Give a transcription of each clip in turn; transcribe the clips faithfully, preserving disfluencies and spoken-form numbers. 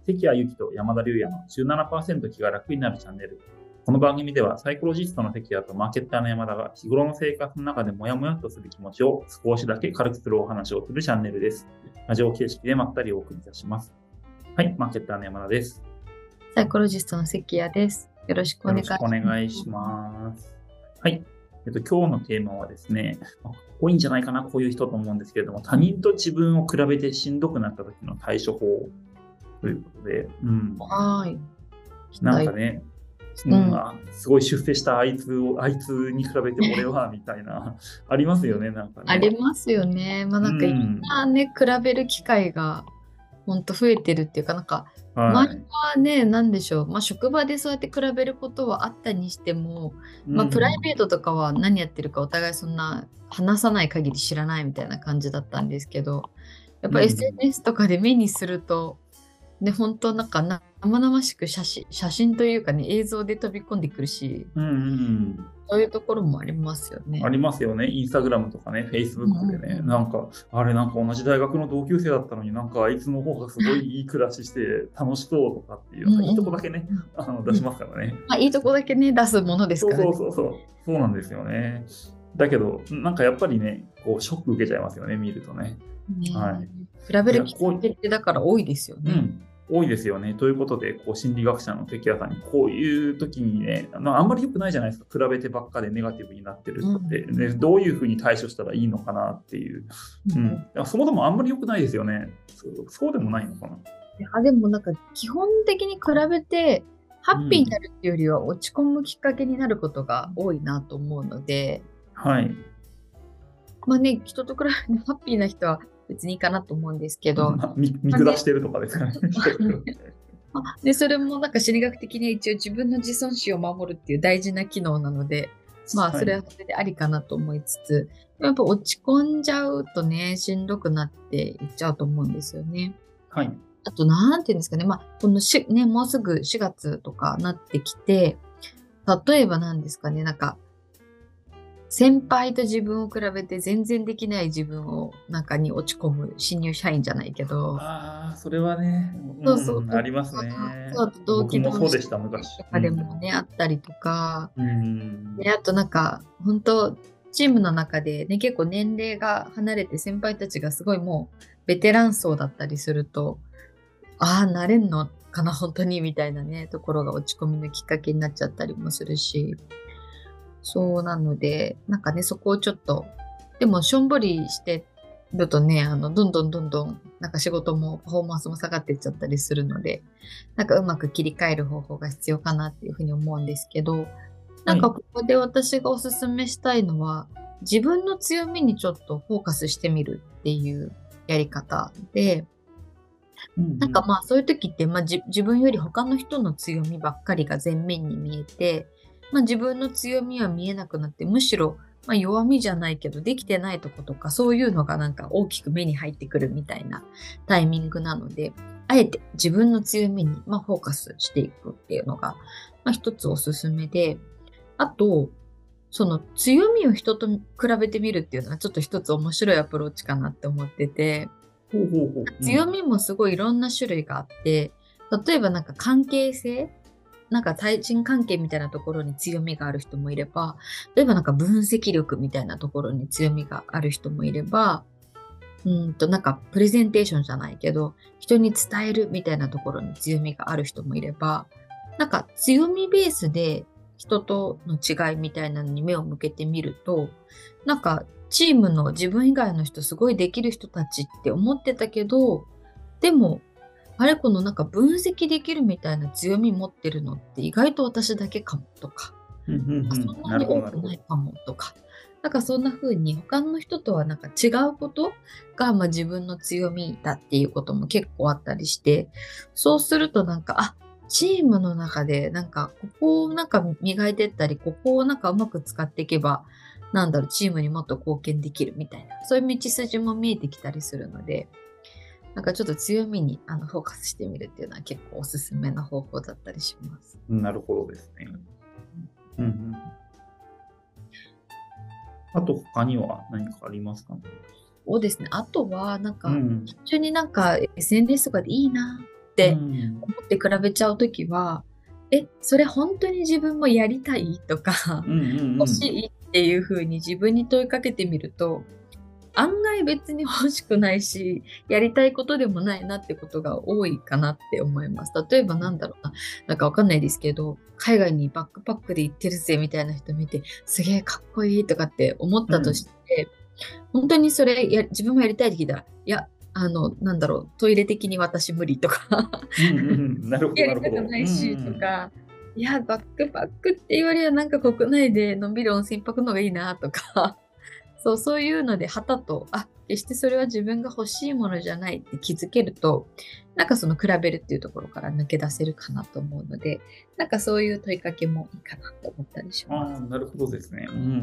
関谷由紀と山田龍也のじゅうななパーセント気が楽になるチャンネル。この番組ではサイコロジストの関谷とマーケッターの山田が日頃の生活の中でモヤモヤっとする気持ちを少しだけ軽くするお話をするチャンネルです。ラジオ形式でまったりお送りいたします。はい、マーケッターの山田です。 サイコロジストの関谷です。よろしくお願いします。 よろしくお願いします。はい。えっと、今日のテーマはですね、多いんじゃないかな、こういう人と思うんですけれども、他人と自分を比べてしんどくなった時の対処法ということで、うん、 はい。 なんかね、うんうん、すごい出世したあいつを、あいつに比べて俺は、みたいな、ありますよね、なんかね。 ありますよね。まあなんか、みんなね、比べる機会が本当増えてるっていうか、なんか、 はい、 前はね、なんでしょう、まあ職場でそうやって比べることはあったにしても、まあプライベートとかは何やってるかお互いそんな話さない限り知らないみたいな感じだったんですけど、やっぱ エスエヌエス とかで目にすると、で本当なんか生々しく写真写真というかね映像で飛び込んでくるし、 うんうん、 そういうところもありますよね。 ありますよね。インスタグラムとかね、フェイスブックでね、うんうん、なんか、あれなんか同じ大学の同級生だったのになんかあいつの方がすごいいい暮らしして楽しそうとかっていう、うんうん、いいとこだけね、あの出しますからね、 うん。まあ、いいとこだけね、出すものですからね。 そうそうそうそう。そうなんですよね。だけど、なんかやっぱりね、こうショック受けちゃいますよね、見るとね。 ね、 はい。 比べるきっかけってだから多いですよね。 うん多いですよね。ということで、こう心理学者の関谷さんに、こういう時にね、あのあんまり良くないじゃないですか。比べてばっかでネガティブになってるって、うんね、どういうふうに対処したらいいのかなっていう。うん、うん、そもそもあんまり良くないですよね。そう、そうでもないのかな。 あでもなんか基本的に比べてハッピーになるっていうよりは落ち込むきっかけになることが多いなと思うので、 うん、はい。 まあね、人と比べてハッピーな人は別にいいかなと思うんですけど、 まあ、見, 見下してるとかですかね。 でそれもなんか心理学的に一応自分の自尊心を守るっていう大事な機能なので、まあそれはそれでありかなと思いつつ、はい、やっぱ落ち込んじゃうとねしんどくなっていっちゃうと思うんですよね。 はい。 あとなんていうんですかね、まあこのし、ね、もうすぐしがつとかなってきて、例えばなんですかね、なんか先輩と自分を比べて全然できない自分を中に落ち込む新入社員じゃないけど、 ああ、それはね、 そうそう、 うん、ありますね。 そう同期同士とかでもね、うん、あったりとか、 うん、 であとなんか本当チームの中でね結構年齢が離れて先輩たちがすごいもうベテラン層だったりすると、ああなれんのかな本当にみたいなねところが落ち込みのきっかけになっちゃったりもするし。そうなので、なんかね、そこをちょっと、でも、しょんぼりしてるとね、あの、どんどんどんどん、なんか仕事もパフォーマンスも下がっていっちゃったりするので、なんかうまく切り替える方法が必要かなっていうふうに思うんですけど、なんかここで私がおすすめしたいのは、自分の強みにちょっとフォーカスしてみるっていうやり方で、うんうん、なんかまあそういう時って、まあ、じ自分より他の人の強みばっかりが前面に見えて、まあ、自分の強みは見えなくなって、むしろ、まあ、弱みじゃないけどできてないとことかそういうのがなんか大きく目に入ってくるみたいなタイミングなので、あえて自分の強みに、まあ、フォーカスしていくっていうのが、まあ、一つおすすめで、あとその強みを人と比べてみるっていうのはちょっと一つ面白いアプローチかなって思ってて、 ほうほうほう、うん、 強みもすごいいろんな種類があって、例えばなんか関係性、なんか対人関係みたいなところに強みがある人もいれば、例えばなんか分析力みたいなところに強みがある人もいれば、うんとなんかプレゼンテーションじゃないけど、人に伝えるみたいなところに強みがある人もいれば、なんか強みベースで人との違いみたいなのに目を向けてみると、なんかチームの自分以外の人すごいできる人たちって思ってたけど、でもあれこのなんか分析できるみたいな強み持ってるのって意外と私だけかもとか、 うんうんうん、 そんなに多くないかもとか、なんかそんな風に他の人とはなんか違うことがまあ自分の強みだっていうことも結構あったりして、そうするとなんかあチームの中でなんかここをなんか磨いてったり、ここをなんかうまく使っていけばなんだろうチームにもっと貢献できるみたいな、そういう道筋も見えてきたりするので。なんかちょっと強みにあのフォーカスしてみるっていうのは結構おすすめな方法だったりします。 なるほどですね。うんうん、あと他には何かありますかね。 そうですね。あとはなんか、うん、単純になんか エスエヌエス とかでいいな、 って思って比べちゃうときは、え、それ本当に自分もやりたいとか、 うんうんうん欲しいっていうふうに自分に問いかけてみると、案外別に欲しくないし、やりたいことでもないなってことが多いかなって思います。例えばなんだろうな、なんかわかんないですけど、海外にバックパックで行ってるぜみたいな人見て、すげえかっこいいとかって思ったとして、本当にそれや自分もやりたいって聞いたら、いや、あの、なんだろう、トイレ的に私無理とか、 うんうんうんなるほどやりたくなるほど。 ないしうんうんとか、いや、バックパックっていうよりはなんか国内でのんびり温泉一泊の方がいいなとか、そう、そういうので、はたと、あ、決してそれは自分が欲しいものじゃないって気づけると、なんかその比べるっていうところから抜け出せるかなと思うので、なんかそういう問いかけもいいかなと思ったりしああ、 ます。 なるほどですね。うんうんうん。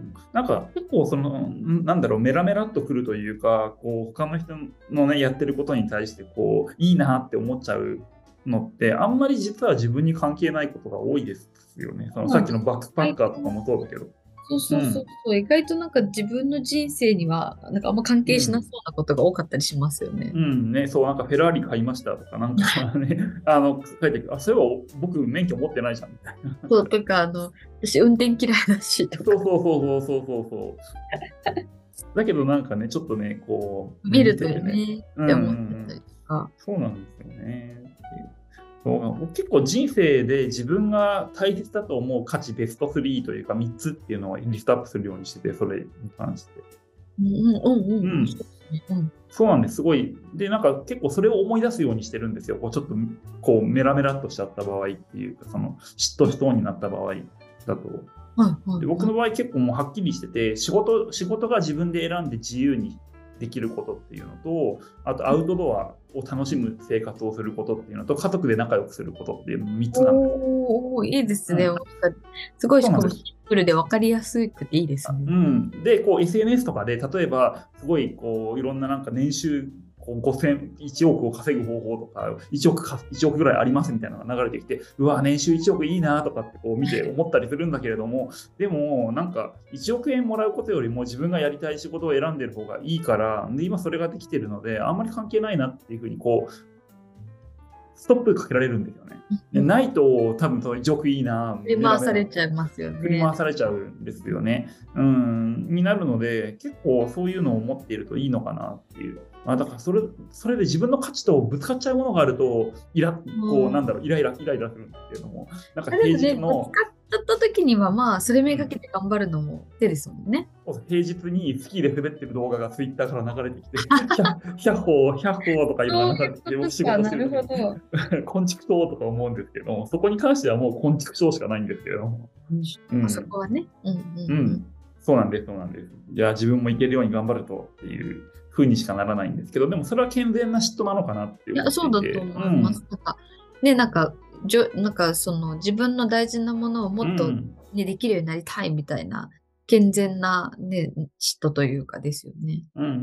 なんか結構その、んなんだろう、メラメラっとくるというか、こう、他の人のね、やってることに対して、こう、いいなって思っちゃうのって、あんまり実は自分に関係ないことが多いですよね。そのさっきのバックパッカーとかもそうだけど。 そうそうそうそう、意外となんか自分の人生にはなんかあんま関係しなそうなことが多かったりしますよね。 うん、ね、そう、なんかフェラーリ買いましたとか、なんかね、あの、書いてくる、あ、そういえば僕免許持ってないじゃんみたいな。 そうとか、あの、私運転嫌いだしとか、 そうそうそうそうそうそうそう。だけどなんかね、ちょっとね、こう、 見るとててね、 うんって思っうんうんてたりとか。 そうなんですよね。そう結構人生で自分が大切だと思う価値ベストスリーというかみっつっていうのをリストアップするようにしてて、それに関して。 うんうんうんううんん。 そうですねうんそうなんです。すごい。で、なんか結構それを思い出すようにしてるんですよ。こうちょっとこうメラメラっとしちゃった場合っていうか、その嫉妬しそうになった場合だと。 はいはいで僕の場合結構もうはっきりしてて、仕事、仕事が自分で選んで自由にできることっていうのと、あとアウトドアを楽しむ生活をすることっていうのと、家族で仲良くすることっていうのみっつなんですよ。 おー、いいですね。 うんなんかすごいそうなんです。 こうシンプルで分かりやすくていいですね。 うん、で、こう エスエヌエス とかで、例えば、すごいこういろんななんか年収こうごせん、いちおくを稼ぐ方法とか、いちおくか、いちおくぐらいありますみたいなのが流れてきて、うわ、年収いちおくいいなとかってこう見て思ったりするんだけれども、でもなんかいちおく円もらうことよりも自分がやりたい仕事を選んでる方がいいから、で今それができてるので、あんまり関係ないなっていうふうにこう、ストップかけられるんですよね。でないと多分そのいちおくいいな、 振り回されちゃいますよね。 振り回されちゃうんですよね。うんになるので、結構そういうのを持っているといいのかなっていう。あだからそれそれで自分の価値とぶつかっちゃうものがあると、イラこうなんだろうイライライライラするんですけれども、なんかでもね、 平日ぶつのかっちゃった時にはまあ、それめがけて頑張るのも手ですもんね。 平日にスキーで滑ってる動画がツイッターから流れてきて、ひゃっ歩、ひゃっ歩とかいうのが流れてきて、僕仕事してるなるほど。 昆虫症とか思うんですけども、そこに関してはもう昆虫症しかないんですけれども。 うん、そこはね。うんうん、 うん、そうなんです、そうなんです。じゃあ自分もいけるように頑張るとっていう風にしかならないんですけど、でもそれは健全な嫉妬なのかなって思っていて。 いや、そうだと思います。うん、なんか、ね、なんか、じょなんかその自分の大事なものをもっと、ね、うん、できるようになりたいみたいな健全な、ね、嫉妬というかですよね。 うんうんうん。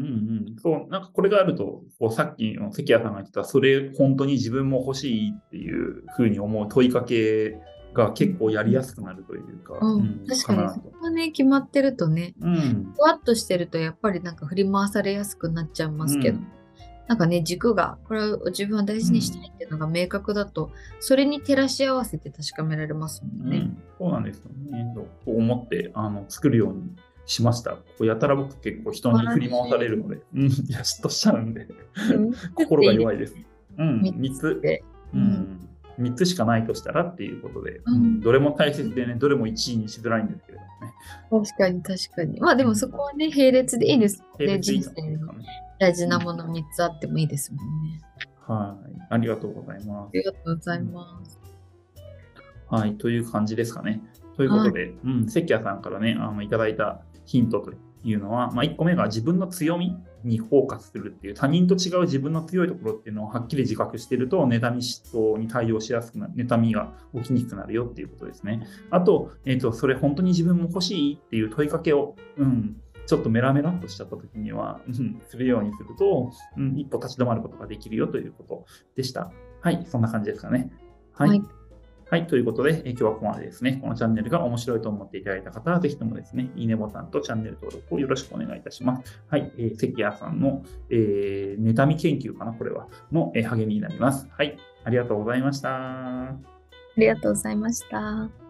そう、なんかこれがあると、こうさっきの関谷さんが言ってた、それ本当に自分も欲しいっていう風に思う問いかけが結構やりやすくなるというか。 うんうん、確かにそこがね、決まってるとね、 うん、 ふわっとしてるとやっぱりなんか振り回されやすくなっちゃいますけど、うん、なんかね、軸が、これは自分は大事にしたいっていうのが明確だと、うん、それに照らし合わせて確かめられますもんね。 うん、そうなんですよね。と思ってあの作るようにしました。こうやたら僕結構人に振り回されるので、うん、いや、嫉妬しちゃうんで、心が弱いです。うん、みっつ。うん、みっつしかないとしたらっていうことで、うん、どれも大切でね、どれもいちいにしづらいんですけれどもね。 確かに確かに。まあでもそこはね、並列でいいですもんね。人生の大事なものみっつあってもいいですもんね。 はい、ありがとうございます。 ありがとうございます。 はい、という感じですかね。ということで、はい、うん、関谷さんからね、あのいただいたヒントというのは、まあ、いっこめが自分の強みにフォーカスするっていう、他人と違う自分の強いところっていうのをはっきり自覚していると、妬み嫉妬に対応しやすくなる、妬みが起きにくくなるよっていうことですね。あと、えっと、それ本当に自分も欲しいっていう問いかけを、うん、ちょっとメラメラっとしちゃった時には、うん、するようにすると、うん、一歩立ち止まることができるよということでした。はい、そんな感じですかね。はい。はいはい。ということで、えー今日はここまでですね。このチャンネルが面白いと思っていただいた方は、ぜひともですね、いいねボタンとチャンネル登録をよろしくお願いいたします。はい。えー関谷さんの、えー、妬み研究かな、これは、の、えー励みになります。はい。ありがとうございました。 ありがとうございました。